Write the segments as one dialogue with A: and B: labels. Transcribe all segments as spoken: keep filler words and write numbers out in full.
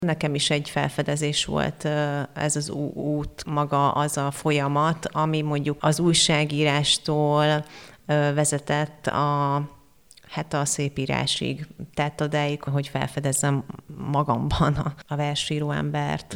A: Nekem is egy felfedezés volt ez az út, maga az a folyamat, ami mondjuk az újságírástól vezetett a, hát a szépírásig. Tehát odáig, hogy felfedezzem magamban a, a versíró embert.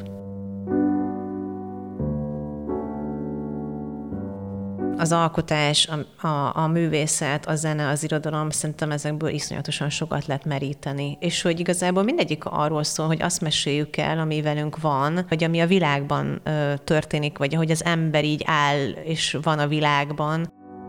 A: Az alkotás, a, a, a művészet, a zene, az irodalom, szerintem ezekből iszonyatosan sokat lehet meríteni. És hogy igazából mindegyik arról szól, hogy azt meséljük el, ami velünk van, vagy ami a világban ö, történik, vagy ahogy az ember így áll és van a világban.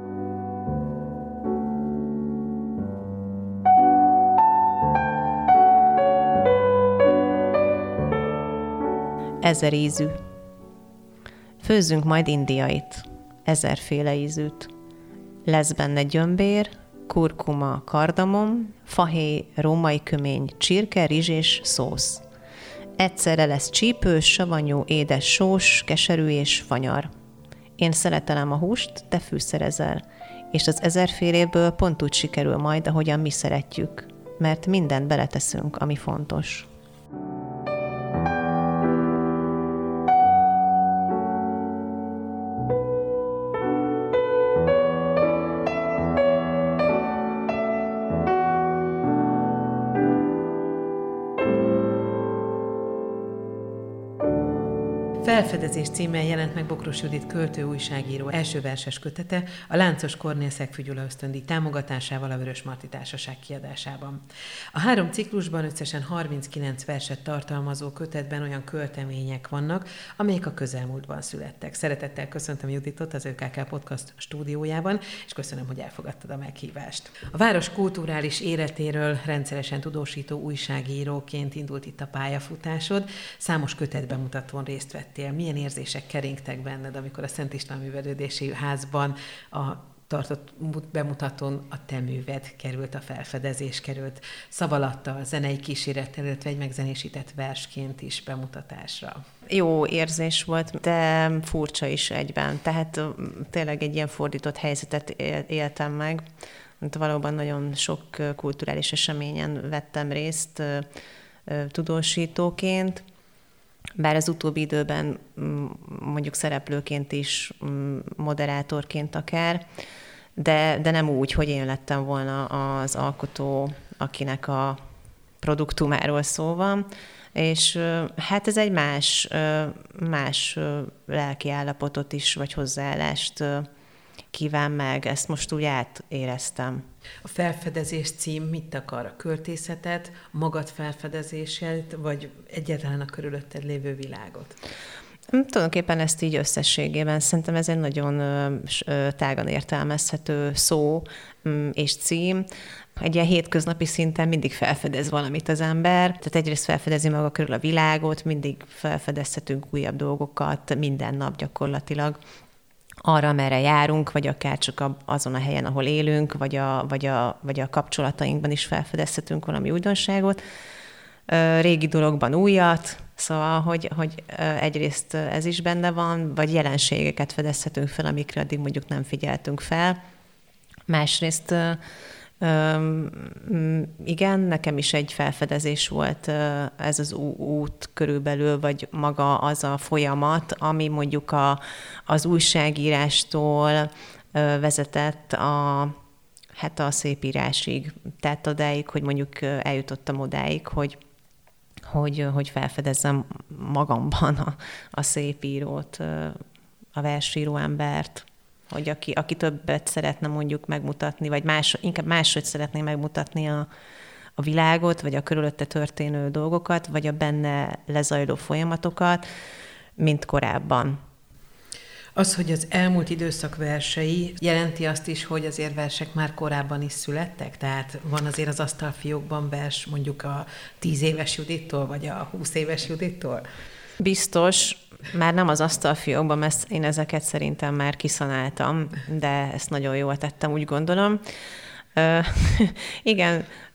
A: Ezer ízű. Főzzünk majd indiait. Ezerféle ízűt. Lesz benne gyömbér, kurkuma, kardamom, fahéj, római kömény, csirke, rizs és szósz. Egyszerre lesz csípős, savanyú, édes, sós, keserű és fanyar. Én szeretelem a húst, te fűszerezel, és az ezerféléből pont úgy sikerül majd, ahogyan mi szeretjük, mert mindent beleteszünk, ami fontos.
B: Felfedezés címmel jelent meg Bokros Judit költő újságíró első verses kötete a Láncos Kornél Szegfű Gyula ösztöndíj támogatásával a Vörösmarty Társaság kiadásában. A három ciklusban összesen harminckilenc verset tartalmazó kötetben olyan költemények vannak, amelyek a közelmúltban születtek. Szeretettel köszöntöm Juditot az ÖKK Podcast stúdiójában, és köszönöm, hogy elfogadtad a meghívást. A város kulturális életéről rendszeresen tudósító újságíróként indult itt a pályafutásod, számos kötetbemutatón részt vettél. Milyen érzések keringtek benned, amikor a Szent István Művelődési Házban a tartott bemutatón a te műved került, a felfedezés került szavalattal, zenei kísérettel, illetve egy megzenésített versként is bemutatásra?
A: Jó érzés volt, de furcsa is egyben. Tehát tényleg egy ilyen fordított helyzetet éltem meg. Valóban nagyon sok kulturális eseményen vettem részt tudósítóként, bár az utóbbi időben mondjuk szereplőként is, moderátorként akár, de, de nem úgy, hogy én lettem volna az alkotó, akinek a produktumáról szó van, és hát ez egy más, más lelki állapotot is, vagy hozzáállást kíván meg, ezt most úgy átéreztem.
B: A felfedezés cím mit akar? A költészetet, magad felfedezését, vagy egyáltalán a körülötted lévő világot?
A: Tulajdonképpen ezt így összességében szerintem ez egy nagyon tágan értelmezhető szó és cím. Egy ilyen hétköznapi szinten mindig felfedez valamit az ember. Tehát egyrészt felfedezi maga körül a világot, mindig felfedezhetünk újabb dolgokat, minden nap gyakorlatilag. Arra, merre járunk, vagy akár csak azon a helyen, ahol élünk, vagy a, vagy a, vagy a kapcsolatainkban is felfedezhetünk valami újdonságot. Régi dologban újat, szóval, hogy, hogy egyrészt ez is benne van, vagy jelenségeket fedezhetünk fel, amikre addig mondjuk nem figyeltünk fel. Másrészt igen, nekem is egy felfedezés volt ez az út körülbelül, vagy maga az a folyamat, ami mondjuk a, az újságírástól vezetett a, hát a szépírásig. Tehát odáig, hogy mondjuk eljutottam odáig, hogy, hogy, hogy felfedezzem magamban a, a szépírót, a versíró embert. Hogy aki, aki többet szeretne mondjuk megmutatni, vagy más, inkább máshogy szeretné megmutatni a, a világot, vagy a körülötte történő dolgokat, vagy a benne lezajló folyamatokat, mint korábban.
B: Az, hogy az elmúlt időszak versei jelenti azt is, hogy azért versek már korábban is születtek? Tehát van azért az asztalfiókban vers mondjuk a tíz éves Judittól, vagy a húsz éves Judittól?
A: Biztos, már nem az asztalfiókban, mert én ezeket szerintem már kiszanáltam, de ezt nagyon jól tettem, úgy gondolom. Uh, igen,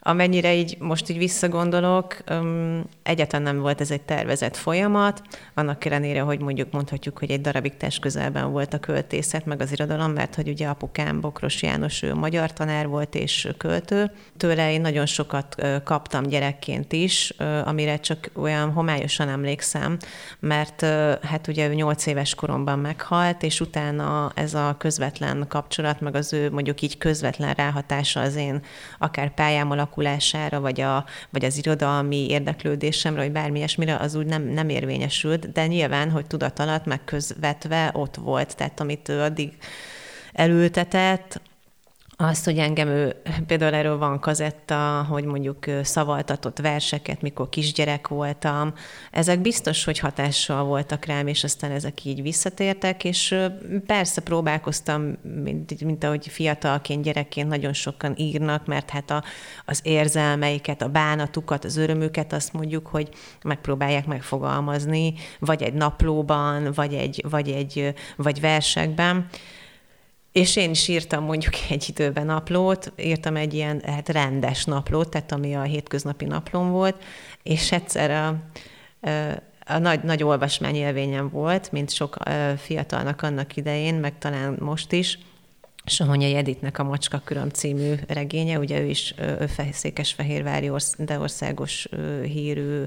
A: amennyire így most így visszagondolok, um, egyáltalán nem volt ez egy tervezett folyamat, annak ellenére, hogy mondjuk mondhatjuk, hogy egy darabig test közelben volt a költészet, meg az irodalom, mert hogy ugye apukám Bokros János, ő magyar tanár volt és költő. Tőle én nagyon sokat kaptam gyerekként is, amire csak olyan homályosan emlékszem, mert hát ugye ő nyolc éves koromban meghalt, és utána ez a közvetlen kapcsolat, meg az ő mondjuk így közvetlen ráhatása az én akár pályám alakulására, vagy, a, vagy az irodalmi érdeklődésemre, vagy bármi ilyesmire, az úgy nem, nem érvényesült, de nyilván, hogy tudat alatt, meg közvetve ott volt, tehát amit ő addig elültetett, azt, hogy engem ő, például erről van kazetta, hogy mondjuk szavaltatott verseket, mikor kisgyerek voltam. Ezek biztos, hogy hatással voltak rám, és aztán ezek így visszatértek, és persze próbálkoztam, mint, mint ahogy fiatalként, gyerekként nagyon sokan írnak, mert hát a, az érzelmeiket, a bánatukat, az örömüket, azt mondjuk, hogy megpróbálják megfogalmazni, vagy egy naplóban, vagy egy, vagy egy vagy versekben. És én is írtam mondjuk egy időben naplót, írtam egy ilyen hát rendes naplót, tehát ami a hétköznapi naplóm volt, és egyszer a, a nagy, nagy olvasmányélvényem volt, mint sok fiatalnak annak idején, meg talán most is, Sohonyai Editnek a Macskaköröm című regénye, ugye ő is székesfehérvári, de országos hírű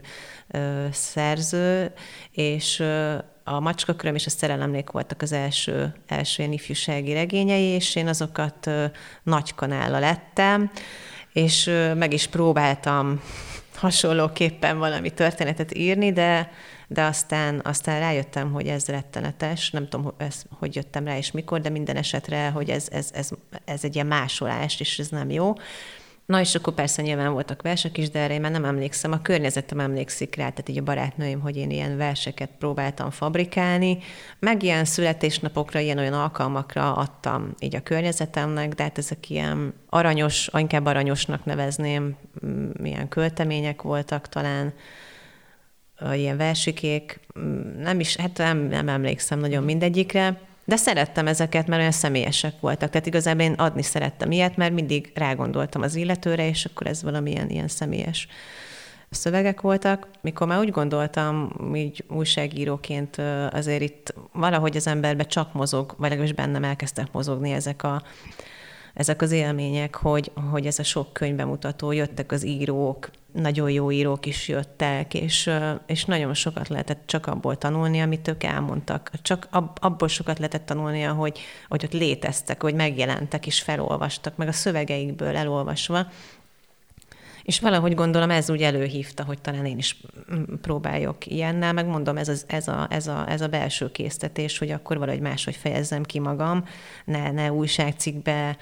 A: szerző, és a Macskaköröm és a Szerelemlék voltak az első, első ilyen ifjúsági regényei, és én azokat nagy kanállal lettem, és meg is próbáltam hasonlóképpen valami történetet írni, de, de aztán, aztán rájöttem, hogy ez rettenetes, nem tudom, ez, hogy jöttem rá és mikor, de minden esetre, hogy ez, ez, ez, ez egy ilyen másolás, és ez nem jó. Na és akkor persze nyilván voltak versek is, de erre én már nem emlékszem. A környezetem emlékszik rá, tehát így a barátnőim, hogy én ilyen verseket próbáltam fabrikálni, meg ilyen születésnapokra, ilyen-olyan alkalmakra adtam így a környezetemnek, de hát ezek ilyen aranyos, inkább aranyosnak nevezném, ilyen költemények voltak talán, ilyen versikék, nem is, hát nem, nem emlékszem nagyon mindegyikre, de szerettem ezeket, mert olyan személyesek voltak. Tehát igazából én adni szerettem ilyet, mert mindig rágondoltam az illetőre, és akkor ez valamilyen ilyen személyes szövegek voltak. Mikor már úgy gondoltam, így újságíróként azért itt valahogy az emberbe csak mozog, vagy legalábbis bennem elkezdtek mozogni ezek a ezek az élmények, hogy, hogy ez a sok könyvbemutató, jöttek az írók, nagyon jó írók is jöttek, és, és nagyon sokat lehetett csak abból tanulni, amit ők elmondtak. Csak ab, abból sokat lehetett tanulni, hogy, hogy ott léteztek, hogy megjelentek és felolvastak, meg a szövegeikből elolvasva. És valahogy gondolom ez úgy előhívta, hogy talán én is próbáljak ilyennel, meg mondom, ez, az, ez, a, ez, a, ez a belső késztetés, hogy akkor valahogy máshogy fejezzem ki magam, ne, ne újságcikkbe,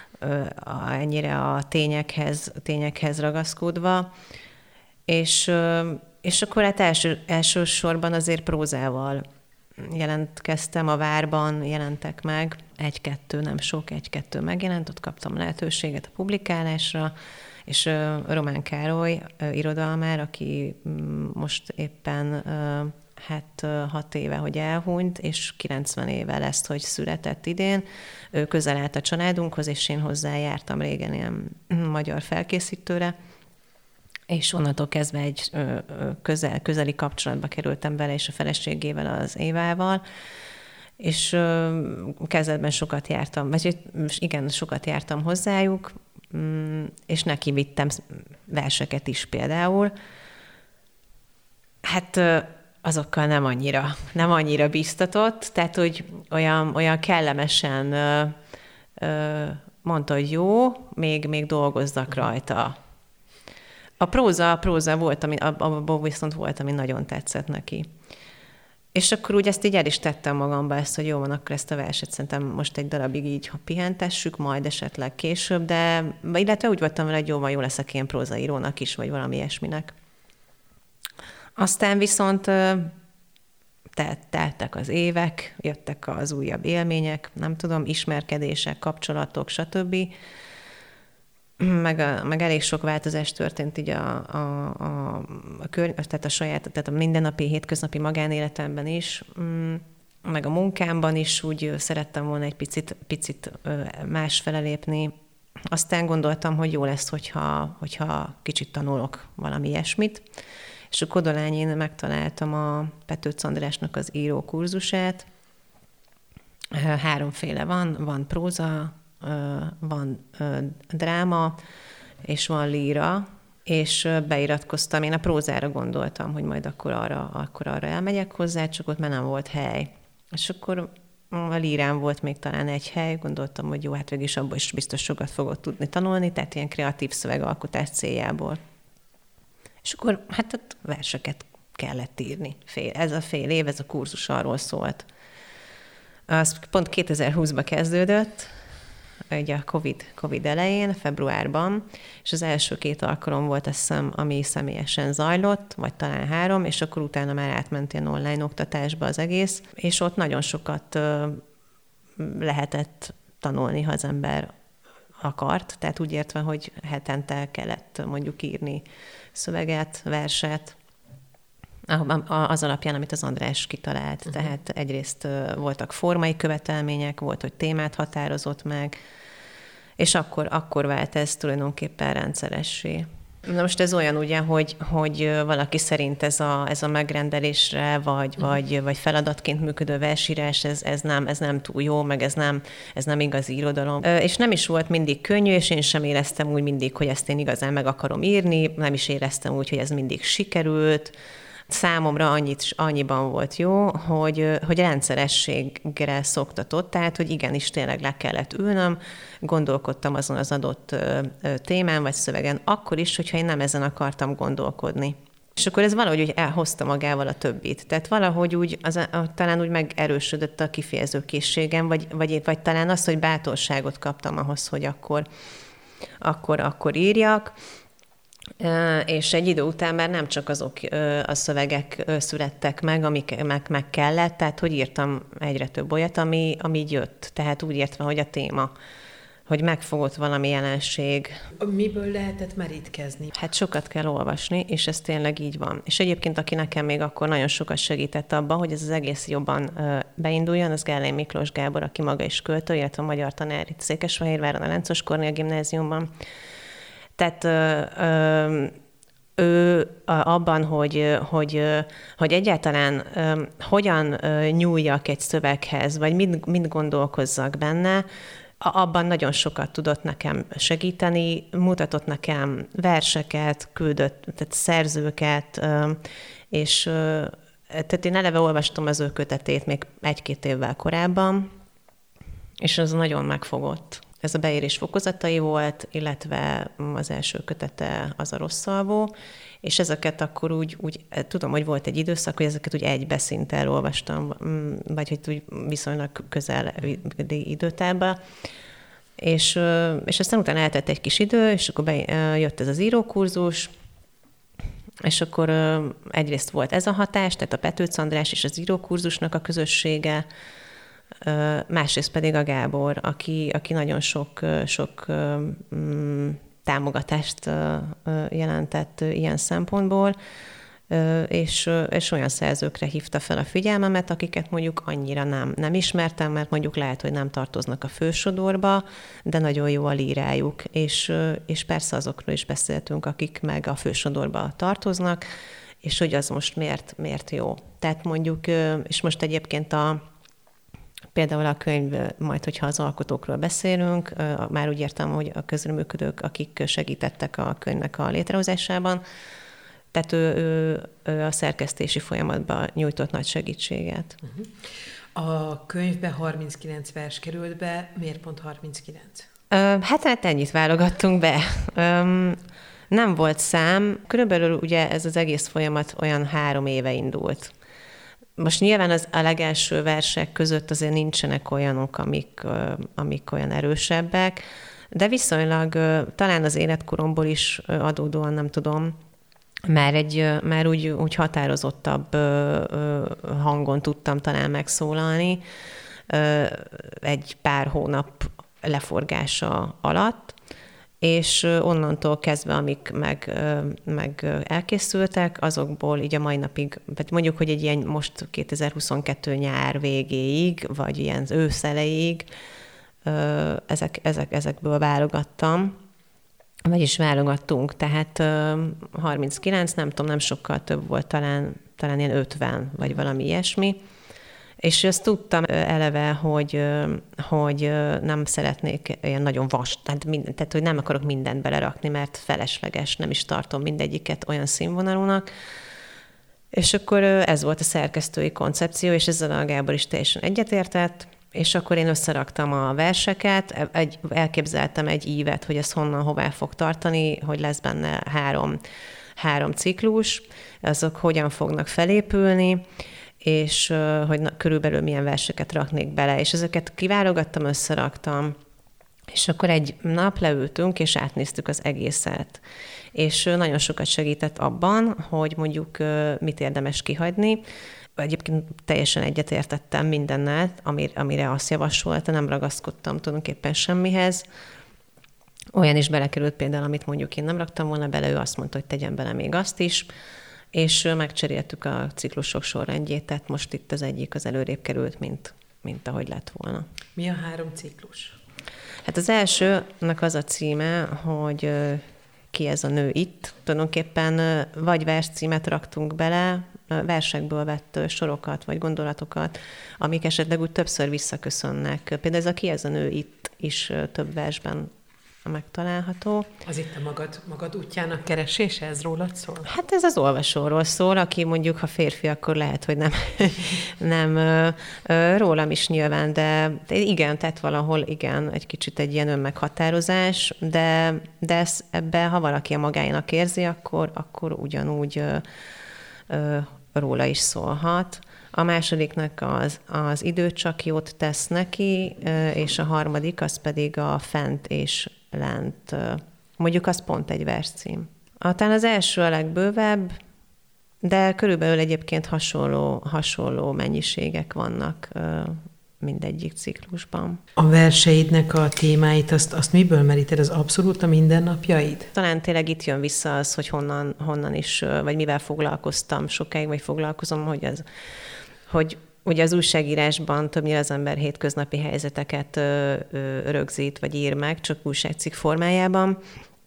A: ennyire a tényekhez, tényekhez ragaszkodva. És, és akkor hát első, elsősorban azért prózával jelentkeztem, a Várban jelentek meg, egy-kettő, nem sok, egy-kettő megjelent, ott kaptam lehetőséget a publikálásra, és Román Károly irodalmár, aki most éppen hát hat éve, hogy elhunyt, és kilencven éve lesz, hogy született idén. Ő közel állt a családunkhoz, és én hozzájártam régen ilyen magyar felkészítőre, és onnantól kezdve egy közel, közeli kapcsolatba kerültem vele, és a feleségével, az Évával, és kezdetben sokat jártam, vagy igen, sokat jártam hozzájuk, és neki vittem verseket is például. Hát azokkal nem annyira, nem annyira biztatott, tehát hogy olyan, olyan kellemesen mondta, hogy jó, még, még dolgozzak rajta. A próza, a próza volt, ami, abban viszont volt, ami nagyon tetszett neki. És akkor úgy ezt így el is tettem magamba ezt, hogy jó van, akkor ezt a verset szerintem most egy darabig így, ha pihentessük, majd esetleg később, de illetve úgy voltam vele, hogy jó van, jó leszek ilyen prózaírónak is, vagy valami ilyesminek. Aztán viszont teltek az évek, jöttek az újabb élmények, nem tudom, ismerkedések, kapcsolatok, stb. Meg, a, meg elég sok változás történt így a, a, a, a, kör, tehát a saját, tehát a mindennapi, hétköznapi magánéletemben is, meg a munkámban is úgy szerettem volna egy picit, picit másfele lépni, Aztán gondoltam, hogy jó lesz, hogyha, hogyha kicsit tanulok valami ilyesmit. És a Kodolányén megtaláltam a Petőc Andrásnak az író kurzusát. Háromféle van, van próza, van dráma, és van líra, és beiratkoztam. Én a prózára gondoltam, hogy majd akkor arra, akkor arra elmegyek hozzá, csak ott már nem volt hely. És akkor a lírán volt még talán egy hely, gondoltam, hogy jó, hát végig is abból is biztos sokat fogok tudni tanulni, tehát ilyen kreatív szövegalkotás céljából. És akkor hát ott verseket kellett írni. Fél, ez a fél év, ez a kurzus arról szólt. Az pont kétezer-húszban kezdődött, ugye a COVID, COVID elején, februárban, és az első két alkalom volt, azt hiszem, ami személyesen zajlott, vagy talán három, és akkor utána már átment ilyen online oktatásba az egész, és ott nagyon sokat ö, lehetett tanulni, ha az ember akart, tehát úgy értve, hogy hetente kellett mondjuk írni szöveget, verset, az alapján, amit az András kitalált. Uh-huh. Tehát egyrészt voltak formai követelmények, volt, hogy témát határozott meg, és akkor, akkor vált ez tulajdonképpen rendszeressé. Na most ez olyan ugye, hogy, hogy valaki szerint ez a, ez a megrendelésre, vagy, uh-huh. vagy, vagy feladatként működő versírás, ez, ez, nem, ez nem túl jó, meg ez nem, ez nem igazi irodalom. És nem is volt mindig könnyű, és én sem éreztem úgy mindig, hogy ezt én igazán meg akarom írni, nem is éreztem úgy, hogy ez mindig sikerült. Számomra annyit, annyiban volt jó, hogy, hogy rendszerességre szoktatott, tehát, hogy igenis tényleg le kellett ülnöm, gondolkodtam azon az adott témán vagy szövegen, akkor is, hogyha én nem ezen akartam gondolkodni. És akkor ez valahogy úgy elhozta magával a többit. Tehát valahogy úgy, az, a, talán úgy megerősödött a kifejező készségem, vagy, vagy, vagy talán az, hogy bátorságot kaptam ahhoz, hogy akkor, akkor, akkor írjak. És egy idő után már nem csak azok a szövegek születtek meg, amik meg, meg kellett, tehát hogy írtam egyre több olyat, ami, ami így jött. Tehát úgy értve, hogy a téma, hogy megfogott valami jelenség.
B: Miből lehetett merítkezni?
A: Hát sokat kell olvasni, és ez tényleg így van. És egyébként, aki nekem még akkor nagyon sokat segített abban, hogy ez az egész jobban beinduljon, az Gellén Miklós Gábor, aki maga is költő, illetve a magyar tanár itt Székesfehérváron, a Láncos Kornél gimnáziumban. Tehát ö, ö, ő abban, hogy, hogy, hogy egyáltalán ö, hogyan ö, nyúljak egy szöveghez, vagy mit, mit gondolkozzak benne, abban nagyon sokat tudott nekem segíteni, mutatott nekem verseket, küldött, tehát szerzőket, ö, és ö, tehát én eleve olvastam az ő kötetét még egy-két évvel korábban, és az nagyon megfogott. Ez a beérés fokozatai volt, illetve az első kötete az a Rosszalvó, és ezeket akkor úgy, úgy, tudom, hogy volt egy időszak, hogy ezeket úgy egy beszinttel olvastam, vagy hogy úgy viszonylag közel időtávban, és, és aztán utána eltett egy kis idő, és akkor jött ez az írókurzus, és akkor egyrészt volt ez a hatás, tehát a Petőc András és az írókurzusnak a közössége, másrészt pedig a Gábor, aki, aki nagyon sok, sok támogatást jelentett ilyen szempontból, és, és olyan szerzőkre hívta fel a figyelmemet, akiket mondjuk annyira nem, nem ismertem, mert mondjuk lehet, hogy nem tartoznak a fősodorba, de nagyon jó a lírájuk, és, és persze azokról is beszéltünk, akik meg a fősodorba tartoznak, és hogy az most miért, miért jó. Tehát mondjuk, és most egyébként a például a könyv, majd, hogyha az alkotókról beszélünk, már úgy értem, hogy a közreműködők, akik segítettek a könyvnek a létrehozásában, tehát ő, ő, ő a szerkesztési folyamatban nyújtott nagy segítséget.
B: Uh-huh. A könyvbe harminckilenc vers került be, miért pont harminckilenc?
A: Hát, hát ennyit válogattunk be. Nem volt szám, körülbelül ugye ez az egész folyamat olyan három éve indult. Most nyilván az a legelső versek között azért nincsenek olyanok, amik, amik olyan erősebbek, de viszonylag talán az életkoromból is adódóan, nem tudom, már, egy, már úgy, úgy határozottabb hangon tudtam talán megszólalni egy pár hónap leforgása alatt, és onnantól kezdve, amik meg, meg elkészültek, azokból így a mai napig, mondjuk, hogy egy ilyen most kétezer-huszonkettő nyár végéig, vagy ilyen ősz elejéig ezek, ezek, ezekből válogattam, vagyis válogattunk, tehát harminckilenc, nem tudom, nem sokkal több volt, talán, talán ilyen ötven, vagy valami ilyesmi. És azt tudtam eleve, hogy, hogy nem szeretnék ilyen nagyon vas, tehát, minden, tehát hogy nem akarok mindent belerakni, mert felesleges, nem is tartom mindegyiket olyan színvonalúnak. És akkor ez volt a szerkesztői koncepció, és ezzel a Gábor is teljesen egyetértett, és akkor én összeraktam a verseket, egy, elképzeltem egy ívet, hogy ez honnan, hová fog tartani, hogy lesz benne három, három ciklus, azok hogyan fognak felépülni, és uh, hogy na, körülbelül milyen verseket raknék bele, és ezeket kiválogattam, összeraktam, és akkor egy nap leültünk, és átnéztük az egészet. És uh, nagyon sokat segített abban, hogy mondjuk uh, mit érdemes kihagyni. Egyébként teljesen egyetértettem mindennel, amire, amire azt javasolta, nem ragaszkodtam tulajdonképpen semmihez. Olyan is belekerült például, amit mondjuk én nem raktam volna bele, ő azt mondta, hogy tegyen bele még azt is, és megcseréltük a ciklusok sorrendjét, tehát most itt az egyik az előrébb került, mint, mint ahogy lett volna.
B: Mi a három ciklus?
A: Hát az elsőnek az a címe, hogy Ki ez a nő itt. Tulajdonképpen vagy verscímet raktunk bele, versekből vett sorokat, vagy gondolatokat, amik esetleg úgy többször visszaköszönnek. Például ez a Ki ez a nő itt is több versben megtalálható.
B: Az itt a magad, magad útjának keresése, ez rólad szól?
A: Hát ez az olvasóról szól, aki mondjuk, ha férfi, akkor lehet, hogy nem, nem rólam is nyilván, de, de igen, tehát valahol igen, egy kicsit egy ilyen önmeghatározás, de, de ez, ebbe, ha valaki a magáénak érzi, akkor, akkor ugyanúgy ö, ö, róla is szólhat. A másodiknak az, az idő csak jót tesz neki, és a harmadik az pedig a fent és lent. Mondjuk az pont egy verscím. Talán az első a legbővebb, de körülbelül egyébként hasonló, hasonló mennyiségek vannak mindegyik ciklusban.
B: A verseidnek a témáit, azt, azt miből meríted? Az abszolút a mindennapjaid?
A: Talán tényleg itt jön vissza az, hogy honnan, honnan is, vagy mivel foglalkoztam sokáig, vagy foglalkozom, hogy az hogy ugye az újságírásban többnyire az ember hétköznapi helyzeteket ö, ö, rögzít, vagy ír meg, csak újságcikk formájában.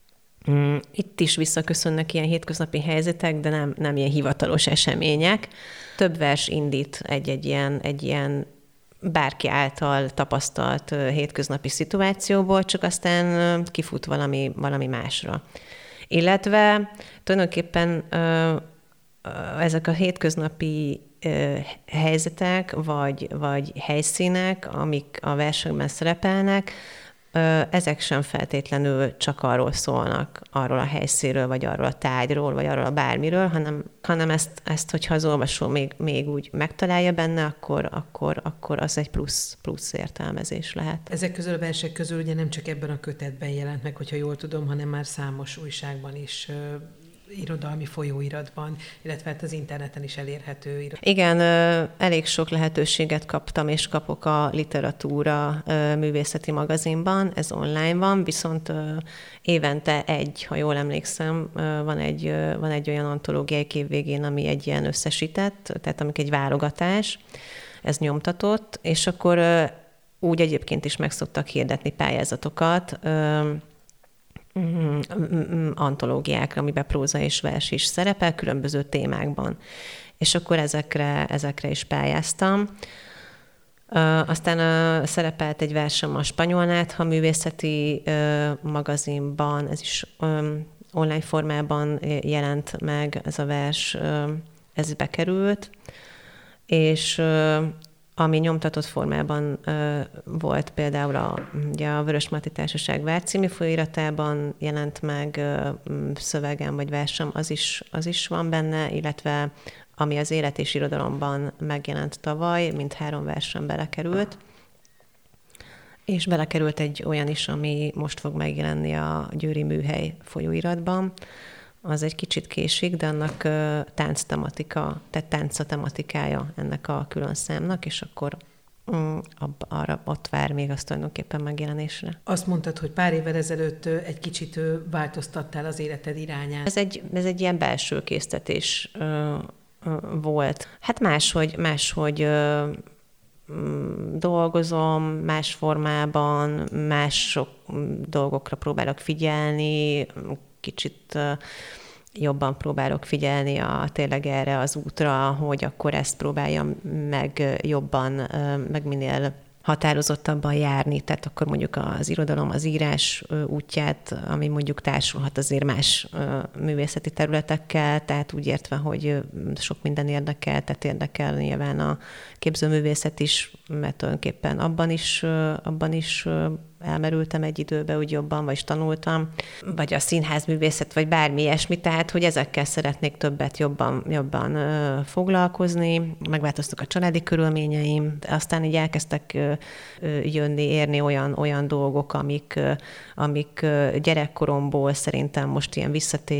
A: Itt is visszaköszönnek ilyen hétköznapi helyzetek, de nem, nem ilyen hivatalos események. Több vers indít egy-egy ilyen, egy ilyen bárki által tapasztalt hétköznapi szituációból, csak aztán kifut valami, valami másra. Illetve tulajdonképpen ö, ezek a hétköznapi helyzetek, vagy, vagy helyszínek, amik a versekben szerepelnek, ezek sem feltétlenül csak arról szólnak, arról a helyszínről, vagy arról a tárgyról, vagy arról a bármiről, hanem, hanem ezt, ezt, hogyha az olvasó még, még úgy megtalálja benne, akkor, akkor, akkor az egy plusz, plusz értelmezés lehet.
B: Ezek közül a versek közül ugye nem csak ebben a kötetben jelent meg, hogyha jól tudom, hanem már számos újságban is, irodalmi folyóiratban, illetve hát az interneten is elérhető.
A: Igen, elég sok lehetőséget kaptam, és kapok a Literatúra művészeti magazinban, ez online van, viszont évente egy, ha jól emlékszem, van egy, van egy olyan antológiai évvégén, ami egy ilyen összesített, tehát amik egy válogatás, ez nyomtatott, és akkor úgy egyébként is meg szoktak hirdetni pályázatokat, antológiákra, amiben próza és vers is szerepel, különböző témákban. És akkor ezekre, ezekre is pályáztam. Aztán szerepelt egy versem a Spanyol Nátha művészeti magazinban, ez is online formában jelent meg, ez a vers, ez bekerült, és ami nyomtatott formában ö, volt például a, ugye a Vörösmarty Társaság Vár című folyóiratában jelent meg ö, szövegem vagy versem, az is, az is van benne, illetve ami az Élet és Irodalomban megjelent tavaly, mint három versem belekerült. És belekerült egy olyan is, ami most fog megjelenni a Győri Műhely folyóiratban. Az egy kicsit késik, de annak uh, tánc tematika, tehát tánca tematikája ennek a külön számnak, és akkor um, ab, arra ott vár még az tulajdonképpen megjelenésre.
B: Azt mondtad, hogy pár évvel ezelőtt egy kicsit változtattál az életed irányát.
A: Ez egy, ez egy ilyen belső késztetés uh, uh, volt. Hát máshogy, máshogy uh, dolgozom, más formában, más sok dolgokra próbálok figyelni, kicsit jobban próbálok figyelni a, tényleg erre az útra, hogy akkor ezt próbáljam meg jobban, meg minél határozottabban járni, tehát akkor mondjuk az irodalom, az írás útját, ami mondjuk társulhat azért más művészeti területekkel, tehát úgy értve, hogy sok minden érdekel, tehát érdekel nyilván a képzőművészet is, mert tulajdonképpen abban is, abban is elmerültem egy időbe úgy jobban, vagy tanultam, vagy a színházművészet, vagy bármi ilyesmi, tehát hogy ezekkel szeretnék többet jobban, jobban ö, foglalkozni. Megváltoztak a családi körülményeim, aztán így elkezdtek ö, ö, jönni, érni olyan, olyan dolgok, amik, ö, amik ö, gyerekkoromból szerintem most ilyen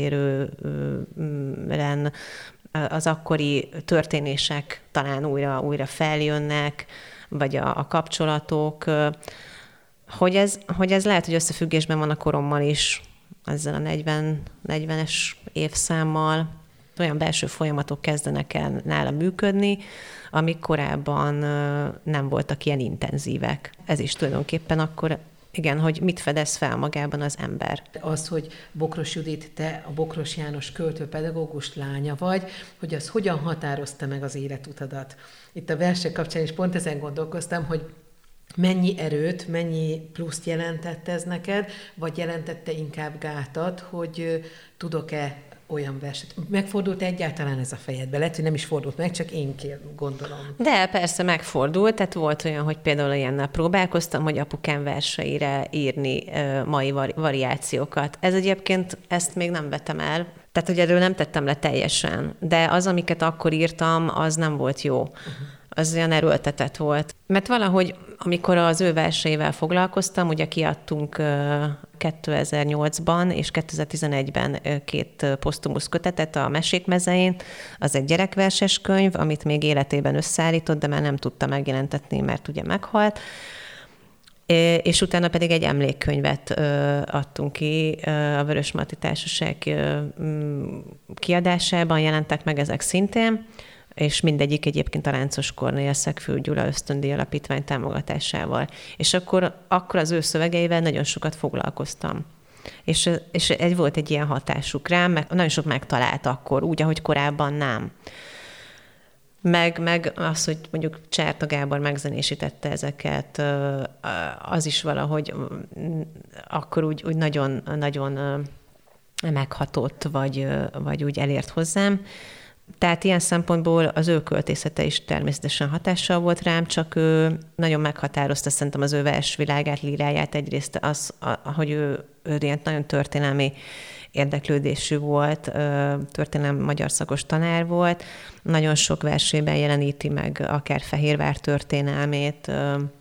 A: visszatérően az akkori történések talán újra, újra feljönnek, vagy a, a kapcsolatok. Hogy ez, hogy ez lehet, hogy összefüggésben van a korommal is, ezzel a negyven, negyvenes évszámmal. Olyan belső folyamatok kezdenek el nála működni, amik korábban nem voltak ilyen intenzívek. Ez is tulajdonképpen akkor, igen, hogy mit fedez fel magában az ember.
B: Az, hogy Bokros Judit, te a Bokros János költőpedagógus lánya vagy, hogy az hogyan határozta meg az életutadat. Itt a versek kapcsán is pont ezen gondolkoztam, hogy mennyi erőt, mennyi pluszt jelentett ez neked, vagy jelentette inkább gátat, hogy tudok-e olyan verset? Megfordult egyáltalán ez a fejedbe? Lehet, hogy nem is fordult meg, csak én gondolom.
A: De persze megfordult, tehát volt olyan, hogy például ilyennel próbálkoztam, hogy apukám verseire írni mai variációkat. Ez egyébként, ezt még nem vettem el, tehát hogy erről nem tettem le teljesen, de az, amiket akkor írtam, az nem volt jó. Uh-huh. Az olyan erőltetett volt. Mert valahogy, amikor az ő verseivel foglalkoztam, ugye kiadtunk kétezer-nyolcban és kétezer-tizenegyben két posztumusz kötetet a Mesék mezején. Az egy gyerekverses könyv, amit még életében összeállított, de már nem tudta megjelentetni, mert ugye meghalt. És utána pedig egy emlékkönyvet adtunk ki a Vörösmarty Társaság kiadásában, jelentek meg ezek szintén, és mindegyik egyébként a Láncos Kornél Szegfű Gyula Ösztöndíj Alapítvány támogatásával. És akkor, akkor az ő szövegeivel nagyon sokat foglalkoztam. És, és egy volt egy ilyen hatásuk rám, meg nagyon sok megtalált akkor, úgy, ahogy korábban nem. Meg, meg az, hogy mondjuk Csárta Gábor megzenésítette ezeket, az is valahogy akkor úgy, úgy nagyon, nagyon meghatott, vagy, vagy úgy elért hozzám. Tehát ilyen szempontból az ő költészete is természetesen hatással volt rám, csak ő nagyon meghatározta szerintem az ő versvilágát, líráját. Egyrészt az, hogy ő, ő ilyen nagyon történelmi érdeklődésű volt, történelem magyar szakos tanár volt. Nagyon sok versében jeleníti meg akár Fehérvár történelmét,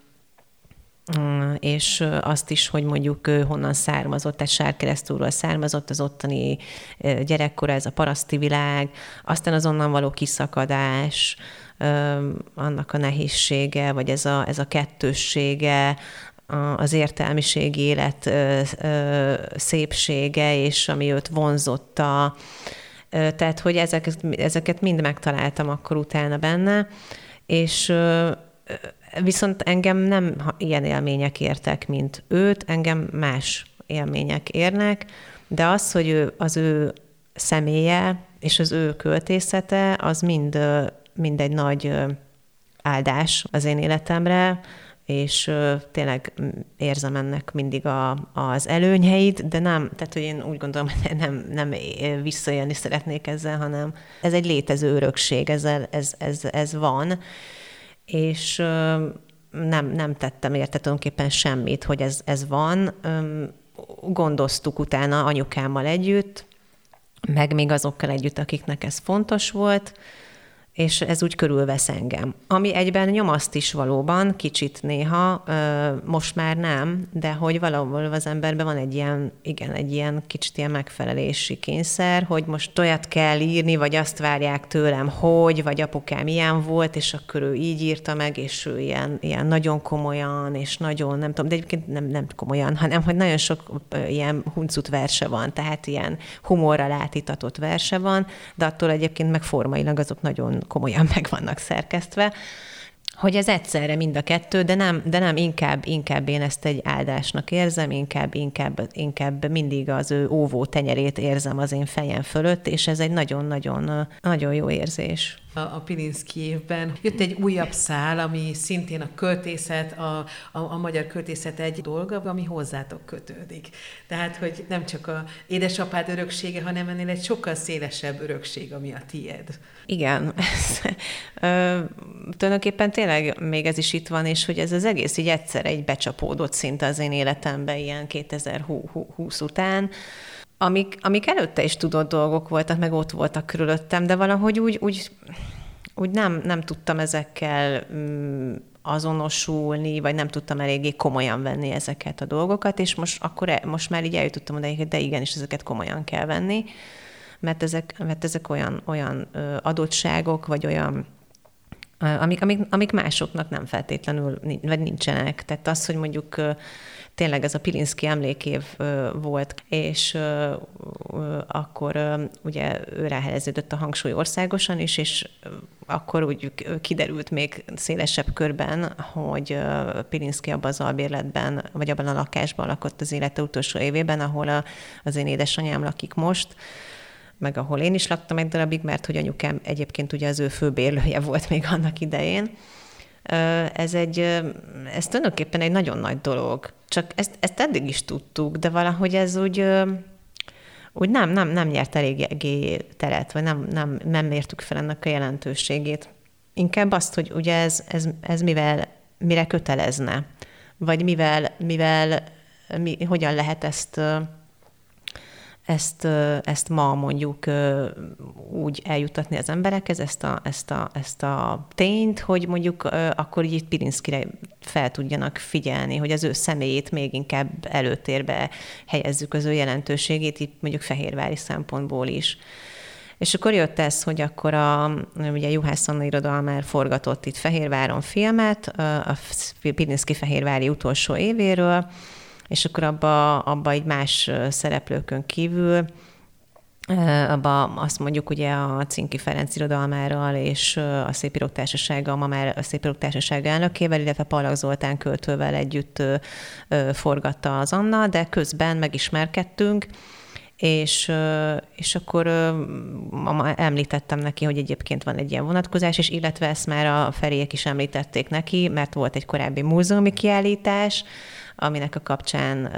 A: és azt is, hogy mondjuk honnan származott, tehát Sárkeresztúról származott az ottani gyerekkora, ez a paraszti világ, aztán az onnan való kiszakadás, annak a nehézsége, vagy ez a, ez a kettőssége, az értelmiségi élet szépsége, és ami őt vonzotta. Tehát, hogy ezeket, ezeket mind megtaláltam akkor utána benne, és viszont engem nem ilyen élmények értek, mint őt, engem más élmények érnek, de az, hogy ő, az ő személye és az ő költészete, az mind, mind egy nagy áldás az én életemre, és tényleg érzem ennek mindig a, az előnyeit, de nem, tehát hogy én úgy gondolom, hogy nem, nem visszaélni szeretnék ezzel, hanem ez egy létező örökség, ezzel, ez, ez, ez van, és nem, nem tettem érte tulajdonképpen semmit, hogy ez, ez van. Gondoztuk utána anyukámmal együtt, meg még azokkal együtt, akiknek ez fontos volt, és ez úgy körülvesz engem. Ami egyben nyomaszt is valóban, kicsit néha, most már nem, de hogy valahol az emberben van egy ilyen, igen, egy ilyen kicsit ilyen megfelelési kényszer, hogy most olyat kell írni, vagy azt várják tőlem, hogy, vagy apukám ilyen volt, és akkor ő így írta meg, és ő ilyen, ilyen nagyon komolyan, és nagyon, nem tudom, de egyébként nem, nem komolyan, hanem hogy nagyon sok ilyen huncut verse van, tehát ilyen humorral átítatott verse van, de attól egyébként meg formailag azok nagyon komolyan meg vannak szerkesztve. hogy ez egyszerre mind a kettő, de nem, de nem inkább, inkább én ezt egy áldásnak érzem, inkább, inkább, inkább mindig az ő óvó tenyerét érzem az én fejem fölött, és ez egy nagyon-nagyon nagyon jó érzés.
B: A, a Pilinszky évben jött egy újabb szál, ami szintén a költészet, a, a, a magyar költészet egy dolga, ami hozzátok kötődik. Tehát, hogy nem csak a édesapád öröksége, hanem ennél egy sokkal szélesebb örökség, ami a tiéd.
A: Igen. Ö, tulajdonképpen tényleg még ez is itt van, és hogy ez az egész így egyszer egy becsapódott szinte az én életembe ilyen kétezer-húsz után, Amik, amik előtte is tudott dolgok voltak, meg ott voltak körülöttem, de valahogy úgy, úgy, úgy nem, nem tudtam ezekkel azonosulni, vagy nem tudtam eléggé komolyan venni ezeket a dolgokat, és most, akkor, most már így eljutottam oda, hogy de igenis ezeket komolyan kell venni, mert ezek, mert ezek olyan, olyan adottságok, vagy olyan, amik, amik, amik másoknak nem feltétlenül, vagy nincsenek. Tehát az, hogy mondjuk tényleg ez a Pilinszky emlékév volt, és akkor ugye őre helyeződött a hangsúly országosan is, és akkor úgy kiderült még szélesebb körben, hogy Pilinszky abban az albérletben, vagy abban a lakásban lakott az élete utolsó évében, ahol a, az én édesanyám lakik most, meg ahol én is laktam egy darabig, mert hogy anyukám egyébként ugye az ő főbérlője volt még annak idején. Ez egy, ez tulajdonképpen egy nagyon nagy dolog. Csak ezt, ezt eddig is tudtuk, de valahogy ez úgy, úgy nem, nem, nem nyert eléggé teret, vagy nem, nem, nem mértük fel ennek a jelentőségét. Inkább azt, hogy ugye ez, ez, ez mivel, mire kötelezne, vagy mivel, mivel mi, hogyan lehet ezt... Ezt, ezt ma mondjuk úgy eljutatni az emberekhez, ezt a, ezt a, ezt a tényt, hogy mondjuk akkor így Pilinszkyre fel tudjanak figyelni, hogy az ő személyét még inkább előtérbe helyezzük, az ő jelentőségét, itt mondjuk fehérvári szempontból is. És akkor jött ez, hogy akkor a, ugye Juhász Anna irodalmár forgatott itt Fehérváron filmet, a Pilinszky fehérvári utolsó évéről, és akkor abba, abba egy más szereplőkön kívül, abba azt mondjuk ugye a Cinki Ferenc irodalmárral és a Szépírók Társasága, ma már a Szépírók Társasága elnökével, illetve Pallak Zoltán költővel együtt forgatta az Anna, de közben megismerkedtünk, és, és akkor említettem neki, hogy egyébként van egy ilyen vonatkozás, és illetve ezt már a Feriek is említették neki, mert volt egy korábbi múzeumi kiállítás, aminek a kapcsán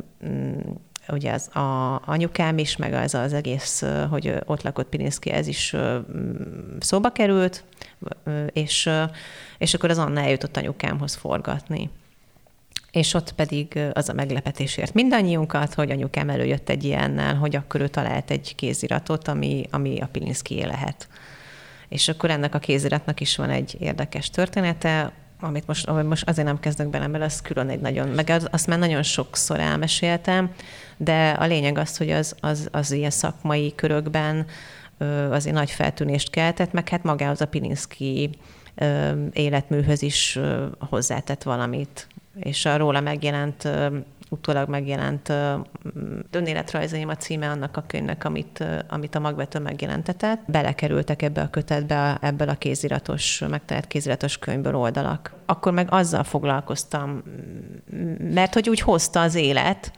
A: ugye az a anyukám is, meg az az egész, hogy ott lakott Pilinszky, ez is szóba került, és, és akkor az Anna eljutott anyukámhoz forgatni. És ott pedig az a meglepetésért mindannyiunkat, hogy anyukám előjött egy ilyennel, hogy akkor ő talált egy kéziratot, ami, ami a Pilinszkyé lehet. És akkor ennek a kéziratnak is van egy érdekes története, amit most, most azért nem kezdek bele, mert az külön egy nagyon, meg az, azt már nagyon sokszor elmeséltem, de a lényeg az, hogy az, az, az ilyen szakmai körökben azért nagy feltűnést keltett, meg hát magához a Pilinszky életműhöz is hozzátett valamit. És a róla megjelent, utólag megjelent Önéletrajzaim a címe annak a könyvnek, amit, amit a Magvető megjelentetett. Belekerültek ebbe a kötetbe, ebből a kéziratos, megtalált kéziratos könyvből oldalak. Akkor meg azzal foglalkoztam, mert hogy úgy hozta az élet,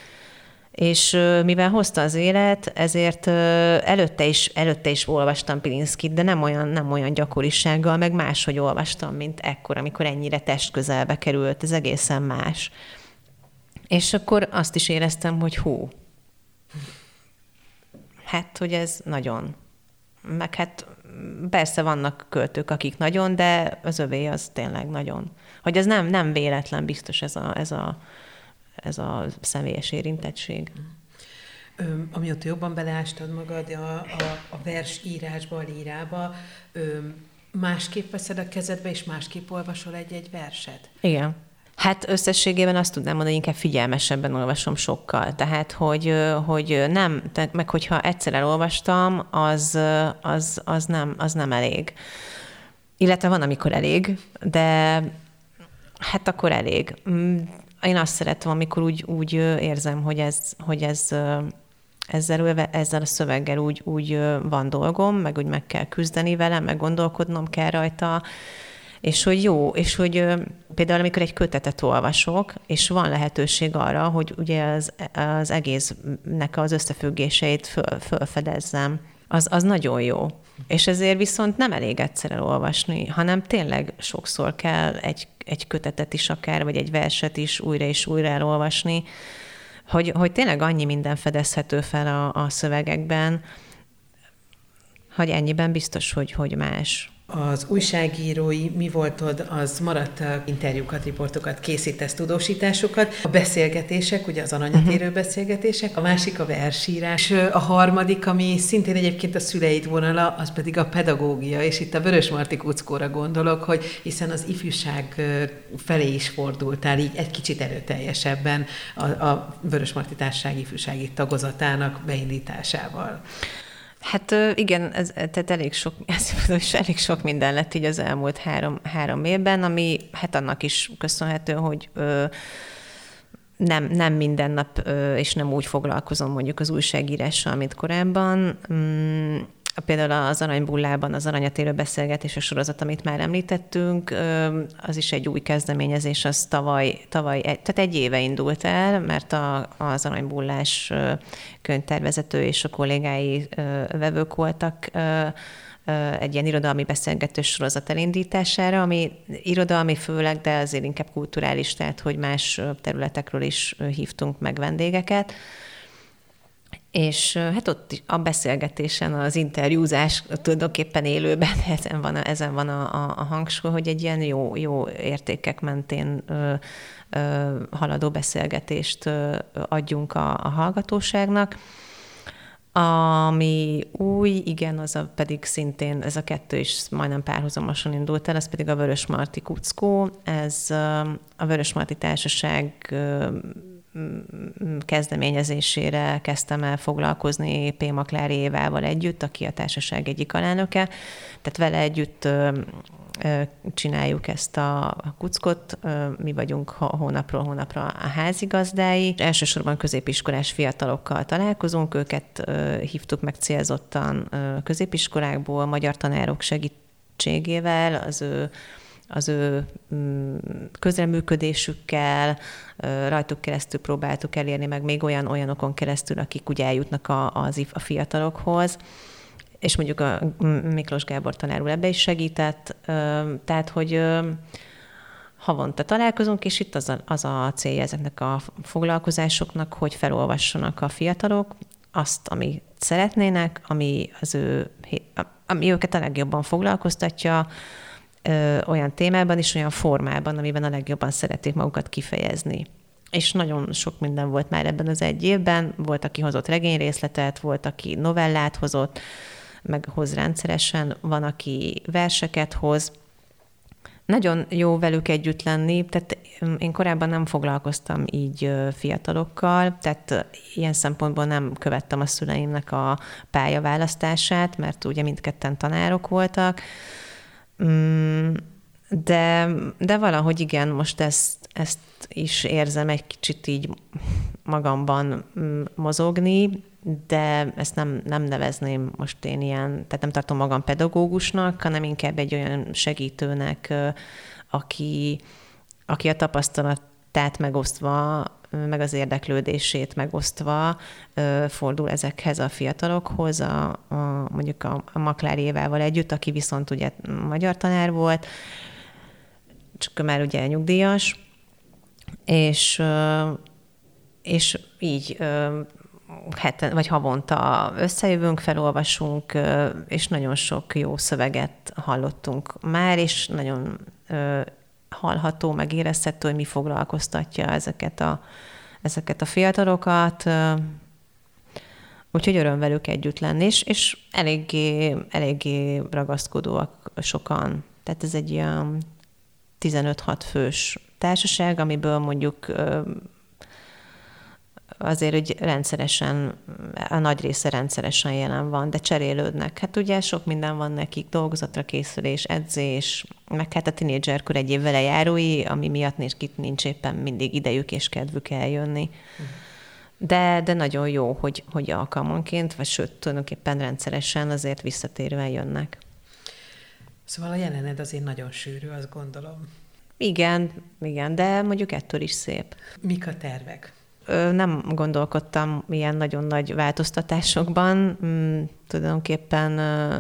A: és mivel hozta az élet, ezért előtte is, előtte is olvastam Pilinszkyt, de nem olyan, nem olyan gyakorisággal, meg máshogy olvastam, mint ekkor, amikor ennyire testközelbe került, ez egészen más. És akkor azt is éreztem, hogy hú, hát, hogy ez nagyon. Meg hát persze vannak költők, akik nagyon, de az övé az tényleg nagyon. Hogy ez nem, nem véletlen biztos ez a, ez a ez a személyes érintettség.
B: Ö, amióta jobban beleástad magad a, a, a versírásba, a lírába, ö, másképp veszed a kezedbe, és másképp olvasol egy-egy verset?
A: Igen. Hát összességében azt tudnám mondani, hogy inkább figyelmesebben olvasom sokkal. Tehát, hogy, hogy nem, tehát meg hogyha egyszer elolvastam, az, az, az, nem, az nem elég. Illetve van, amikor elég, de hát akkor elég. Én azt szeretem, amikor úgy, úgy érzem, hogy ez, hogy ez ezzel, ezzel a szöveggel úgy, úgy van dolgom, meg úgy meg kell küzdeni vele, meg gondolkodnom kell rajta, És hogy jó, és hogy például amikor egy kötetet olvasok, és van lehetőség arra, hogy ugye az, az egésznek az összefüggéseit föl, fölfedezzem, az, az nagyon jó. És ezért viszont nem elég egyszer elolvasni, hanem tényleg sokszor kell egy, egy kötetet is akár, vagy egy verset is újra és újra elolvasni, hogy, hogy tényleg annyi minden fedezhető fel a, a szövegekben, hogy ennyiben biztos, hogy, hogy más.
B: Az újságírói mi voltod, az maradt interjúkat, riportokat, készítesz, tudósításokat, a beszélgetések, ugye az aranyatérő beszélgetések, a másik a versírás, a harmadik, ami szintén egyébként a szüleid vonala, az pedig a pedagógia, és itt a Vörösmarty Kuckóra gondolok, hogy hiszen az ifjúság felé is fordultál így egy kicsit erőteljesebben a, a Vörösmarty Társaság ifjúsági tagozatának beindításával.
A: Hát igen, ez, tehát elég sok, ez elég sok minden lett így az elmúlt három, három évben, ami hát annak is köszönhető, hogy ö, nem, nem minden nap ö, és nem úgy foglalkozom mondjuk az újságírással, mint korábban. Mm, például az Aranybullában az aranyatérő beszélgetés, a sorozat, amit már említettünk, ö, az is egy új kezdeményezés, az tavaly, tavaly tehát egy éve indult el, mert a, az Aranybullás könyvtervezető és a kollégái ö, vevők voltak ö, ö, egy ilyen irodalmi beszélgetős sorozat elindítására, ami irodalmi főleg, de azért inkább kulturális, tehát hogy más területekről is hívtunk meg vendégeket. És hát ott a beszélgetésen, az interjúzás tulajdonképpen élőben ezen van, a, ezen van a, a, a hangsúly, hogy egy ilyen jó, jó értékek mentén ö, ö, haladó beszélgetést ö, adjunk a, a hallgatóságnak. Ami új, igen, az a pedig szintén, ez a kettő is majdnem párhuzamosan indult el, ez pedig a Vörösmarty Kuckó. Ez a Vörösmarty Társaság kezdeményezésére kezdtem el foglalkozni P. Maklári Évával együtt, aki a társaság egyik alelnöke. Tehát vele együtt csináljuk ezt a kuckot, mi vagyunk hónapról hónapra a házigazdái. Elsősorban középiskolás fiatalokkal találkozunk, őket hívtuk meg célzottan középiskolákból, magyar tanárok segítségével, az ő az ő közreműködésükkel, rajtuk keresztül próbáltuk elérni, meg még olyan olyanokon keresztül, akik ugye eljutnak a, az, a fiatalokhoz, és mondjuk a Miklós Gábor tanár úr ebbe is segített, tehát, hogy havonta találkozunk, és itt az a, az a célja ezeknek a foglalkozásoknak, hogy felolvassanak a fiatalok azt, amit szeretnének, ami, az ő, ami őket a legjobban foglalkoztatja, Ö, olyan témában és olyan formában, amiben a legjobban szerették magukat kifejezni. És nagyon sok minden volt már ebben az egy évben. Volt, aki hozott regényrészletet, volt, aki novellát hozott, meg hoz rendszeresen, van, aki verseket hoz. Nagyon jó velük együtt lenni, tehát én korábban nem foglalkoztam így fiatalokkal, tehát ilyen szempontból nem követtem a szüleimnek a pályaválasztását, mert ugye mindketten tanárok voltak, De, de valahogy igen, most ezt, ezt is érzem egy kicsit így magamban mozogni, de ezt nem, nem nevezném most én ilyen, tehát nem tartom magam pedagógusnak, hanem inkább egy olyan segítőnek, aki, aki a tapasztalatát megosztva, meg az érdeklődését megosztva fordul ezekhez a fiatalokhoz, a, a, mondjuk a, a Maklári Évával együtt, aki viszont ugye magyar tanár volt, csak már ugye nyugdíjas, és, és így heten, vagy havonta összejövünk, felolvasunk, és nagyon sok jó szöveget hallottunk már, és nagyon hallható, meg érezhető, hogy mi foglalkoztatja ezeket a, ezeket a fiatalokat. Úgyhogy öröm velük együtt lenni, és, és eléggé, eléggé ragaszkodóak sokan. Tehát ez egy ilyen tizenöt-hat fős társaság, amiből mondjuk azért, hogy rendszeresen, a nagy része rendszeresen jelen van, de cserélődnek. Hát ugye sok minden van nekik, dolgozatra készülés, edzés, meg hát a tinédzserkor egy évvel lejárói, ami miatt nincs éppen mindig idejük és kedvük eljönni. De, de nagyon jó, hogy, hogy alkalmanként, vagy sőt, tulajdonképpen rendszeresen azért visszatérően jönnek.
B: Szóval a jelened azért nagyon sűrű, azt gondolom.
A: Igen, igen, de mondjuk ettől is szép.
B: Mik a tervek?
A: Nem gondolkodtam ilyen nagyon nagy változtatásokban. Tulajdonképpen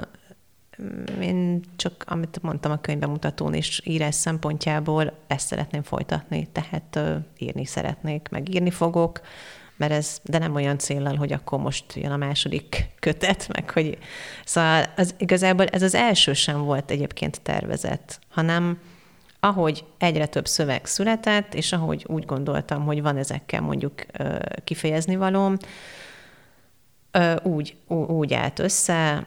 A: én csak, amit mondtam a könyvbemutatón is, írás szempontjából ezt szeretném folytatni, tehát írni szeretnék, meg írni fogok, mert ez, de nem olyan céllal, hogy akkor most jön a második kötet, meg hogy... Szóval az, igazából ez az első sem volt egyébként tervezett, hanem ahogy egyre több szöveg született, és ahogy úgy gondoltam, hogy van ezekkel mondjuk kifejezni valóm, úgy, úgy állt össze,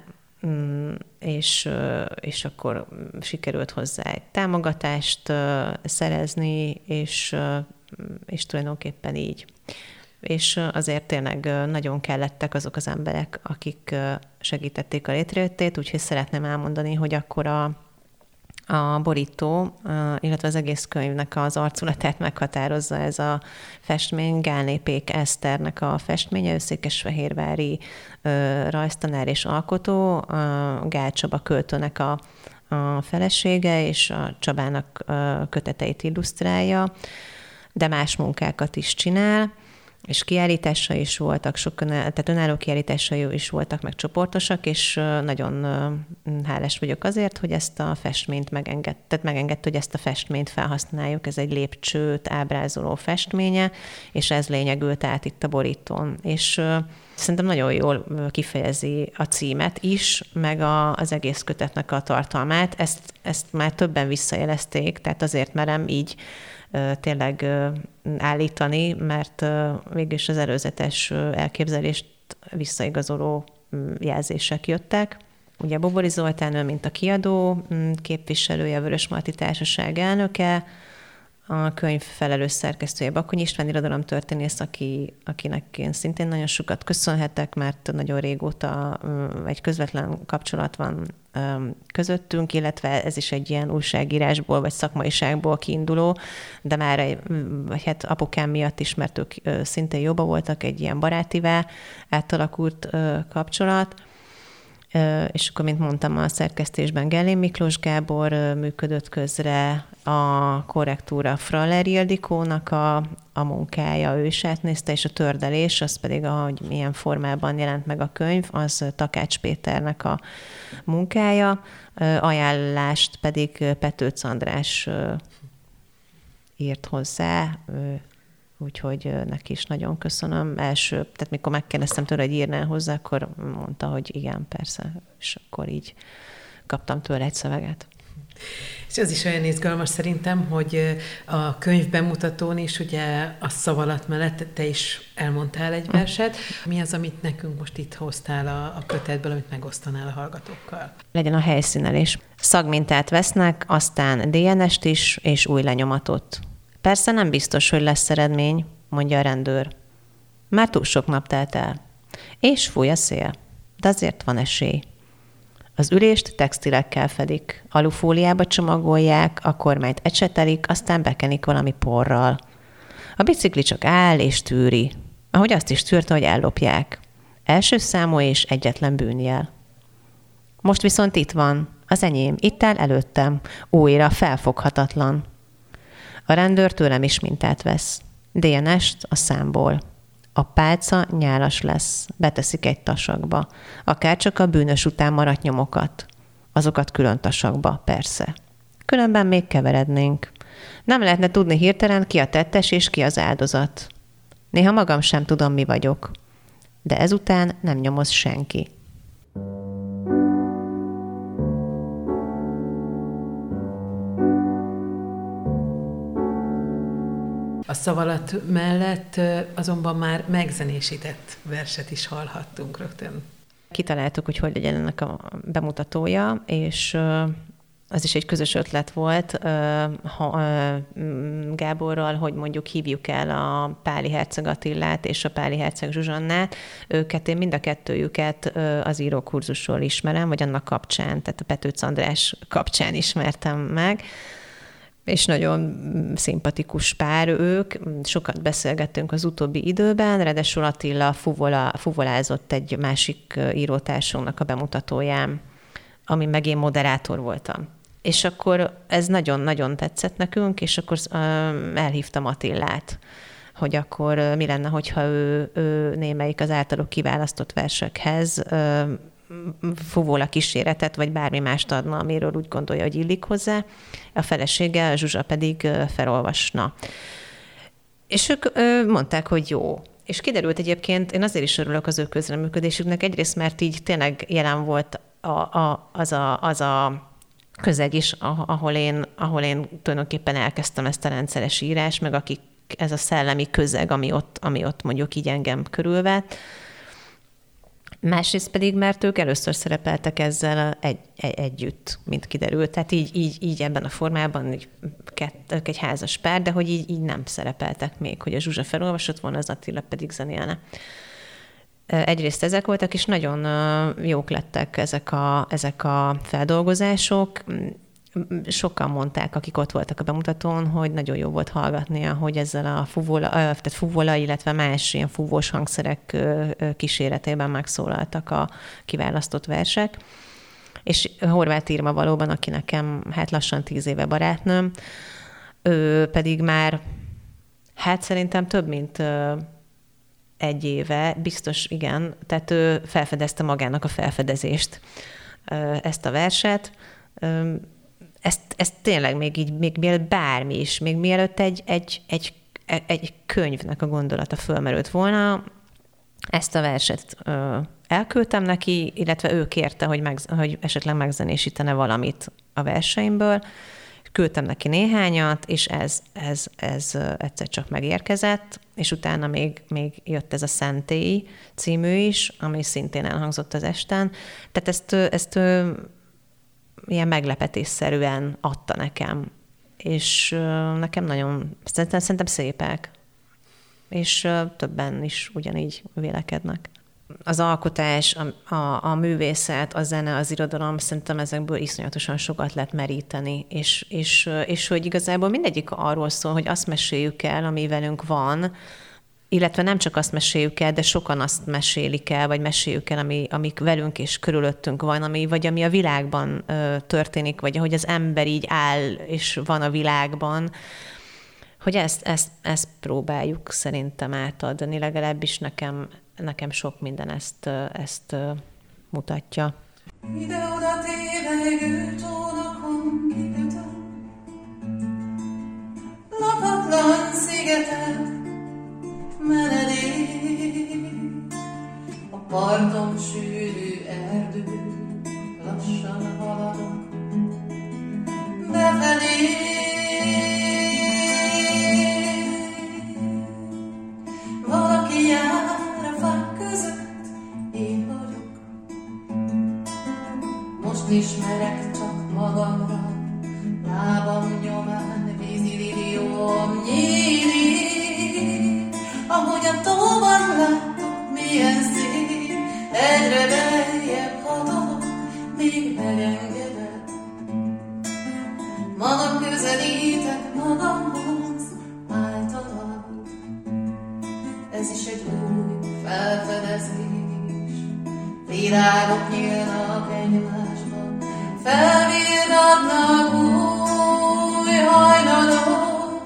A: és, és akkor sikerült hozzá egy támogatást szerezni, és, és tulajdonképpen így. És azért tényleg nagyon kellettek azok az emberek, akik segítették a létrejöttét, úgyhogy szeretném elmondani, hogy akkor a, a borító, illetve az egész könyvnek az arculatát meghatározza ez a festmény, Gálné Pék Eszternek a festménye, ő székesfehérvári rajztanár és alkotó, Gál Csaba költőnek a, a felesége, és a Csabának köteteit illusztrálja, de más munkákat is csinál, és kiállításai is voltak, sok, tehát önálló kiállításai is voltak, meg csoportosak, és nagyon hálás vagyok azért, hogy ezt a festményt megengedte, tehát megengedte, hogy ezt a festményt felhasználjuk. Ez egy lépcsőt ábrázoló festménye, és ez lényegült át itt a borítón. És szerintem nagyon jól kifejezi a címet is, meg a, az egész kötetnek a tartalmát. Ezt, ezt már többen visszajelezték, tehát azért merem így tényleg állítani, mert végülis az előzetes elképzelést visszaigazoló jelzések jöttek. Ugye Bobori Zoltán, ő mint a kiadó képviselője, a Vörösmarty Társaság elnöke, a könyv felelős szerkesztője Bakony István irodalomtörténész, aki, akinek én szintén nagyon sokat köszönhetek, mert nagyon régóta egy közvetlen kapcsolat van közöttünk, illetve ez is egy ilyen újságírásból vagy szakmaiságból kiinduló, de már vagy hát apukám miatt is, mert ők szintén jóba voltak, egy ilyen barátivá átalakult kapcsolat. És akkor, mint mondtam, a szerkesztésben Gellén Miklós Gábor működött közre, a korrektúra Fraller Ildikónak a, a munkája, ő is átnézte, és a tördelés, az pedig, ahogy milyen formában jelent meg a könyv, az Takács Péternek a munkája, ajánlást pedig Petőc András írt hozzá, úgyhogy neki is nagyon köszönöm. Első, tehát mikor megkérdeztem tőle, hogy írnál hozzá, akkor mondta, hogy igen, persze, és akkor így kaptam tőle egy szöveget.
B: És az is olyan izgalmas szerintem, hogy a könyv bemutatón is ugye a szavalat mellett te is elmondtál egy verset. Mi az, amit nekünk most itt hoztál a, a kötetből, amit megosztanál a hallgatókkal?
A: Legyen a helyszínelés. Szagmintát vesznek, aztán dé en est is, és új lenyomatot. Persze nem biztos, hogy lesz eredmény, mondja a rendőr. Már túl sok nap telt el. És fúj a szél. De azért van esély. Az ülést textilekkel fedik, alufóliába csomagolják, a kormányt ecsetelik, aztán bekenik valami porral. A bicikli csak áll és tűri, ahogy azt is tűrte, hogy ellopják. Első számú és egyetlen bűnjel. Most viszont itt van, az enyém, itt áll előttem, újra felfoghatatlan. A rendőr tőlem is mintát vesz. dé en est a számból. A pálca nyálas lesz, beteszik egy tasakba. Akár csak a bűnös után maradt nyomokat. Azokat külön tasakba, persze. Különben még keverednénk. Nem lehetne tudni hirtelen, ki a tettes és ki az áldozat. Néha magam sem tudom, mi vagyok. De ezután nem nyomoz senki.
B: A szavalat mellett azonban már megzenésített verset is hallhattunk rögtön.
A: Kitaláltuk, hogy hogy legyen ennek a bemutatója, és az is egy közös ötlet volt Gáborral, hogy mondjuk hívjuk el a Páli Herceg Attillát és a Páli Herceg Zsuzsannát. Őket, én mind a kettőjüket az írókurzusról ismerem, vagy annak kapcsán, tehát a Petőc András kapcsán ismertem meg, és nagyon szimpatikus pár ők. Sokat beszélgettünk az utóbbi időben, ráadásul Attila fuvola, fuvolázott egy másik írótársunknak a bemutatóján. ami meg én moderátor voltam. És akkor ez nagyon-nagyon tetszett nekünk, és akkor elhívtam Attillát, hogy akkor mi lenne, hogyha ő, ő némelyik az általuk kiválasztott versekhez fuvola kíséretet, vagy bármi mást adna, amiről úgy gondolja, hogy illik hozzá. A felesége, a Zsuzsa pedig felolvasna. És ők mondták, hogy jó. És kiderült egyébként, én azért is örülök az ő közreműködésüknek, egyrészt, mert így tényleg jelen volt a, a, az, a, az a közeg is, ahol én, ahol én tulajdonképpen elkezdtem ezt a rendszeres írást, meg akik ez a szellemi közeg, ami ott, ami ott mondjuk így engem körülvett. Másrészt pedig, mert ők először szerepeltek ezzel egy, egy, együtt, mint kiderült. Tehát így, így, így ebben a formában így kett, ők egy házas pár, de hogy így, így nem szerepeltek még, hogy a Zsuzsa felolvasott volna, az Attila pedig zenélne. Egyrészt ezek voltak, és nagyon jók lettek ezek a, ezek a feldolgozások. Sokan mondták, akik ott voltak a bemutatón, hogy nagyon jó volt hallgatnia, hogy ezzel a fuvola, tehát fuvola, illetve más ilyen fúvós hangszerek kíséretében megszólaltak a kiválasztott versek. És Horváth Irma valóban, aki nekem hát lassan tíz éve barátnőm, ő pedig már hát szerintem több, mint egy éve, biztos igen, tehát ő felfedezte magának a felfedezést, ezt a verset. Ezt, ezt tényleg még így, még mielőtt bármi is, még mielőtt egy, egy, egy, egy könyvnek a gondolata fölmerült volna, ezt a verset elküldtem neki, illetve ő kérte, hogy, meg, hogy esetleg megzenésítene valamit a verseimből. Küldtem neki néhányat, és ez, ez, ez egyszer csak megérkezett, és utána még, még jött ez a Szentély című is, ami szintén elhangzott az esten. Tehát ezt, ezt ilyen meglepetésszerűen adta nekem, és nekem nagyon, szerintem, szerintem szépek, és többen is ugyanígy vélekednek. Az alkotás, a, a, a művészet, a zene, az irodalom, szerintem ezekből iszonyatosan sokat lehet meríteni, és, és, és hogy igazából mindegyik arról szól, hogy azt meséljük el, ami velünk van, illetve nem csak azt meséljük el, de sokan azt mesélik el, vagy meséljük el, ami, amik velünk és körülöttünk van, ami, vagy ami a világban ö, történik, vagy ahogy az ember így áll és van a világban, hogy ezt, ezt, ezt próbáljuk szerintem átadni, legalábbis nekem, nekem sok minden ezt, ezt mutatja. Ide-oda tévegő csónakon kikötött, lakatlan szigetek, menedék, a parton sűrű erdő, lassan haladok befelé. Valaki jár a fák között, én vagyok. Most ismerek csak magamra, lábam nyomán vízililióm nyílik. Ahogy a tóban láttok, milyen szép, egyre beljebb hatolok, még megengedem. Magam közelítek magamhoz, általad. Ez is egy új felfedezés, világok nyílnak egymásban, felvilladnak új hajnalok.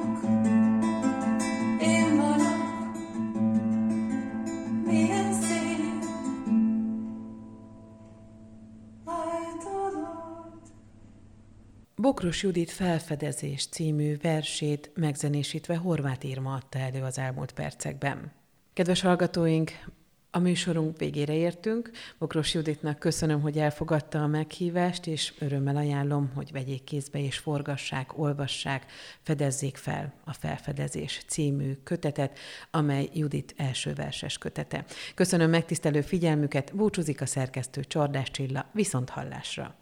B: Bokros Judit Felfedezés című versét megzenésítve Horváth Irma adta elő az elmúlt percekben. Kedves hallgatóink, a műsorunk végére értünk. Bokros Juditnak köszönöm, hogy elfogadta a meghívást, és örömmel ajánlom, hogy vegyék kézbe és forgassák, olvassák, fedezzék fel a Felfedezés című kötetet, amely Judit első verses kötete. Köszönöm megtisztelő figyelmüket, búcsúzik a szerkesztő Csordás Csilla, viszont hallásra!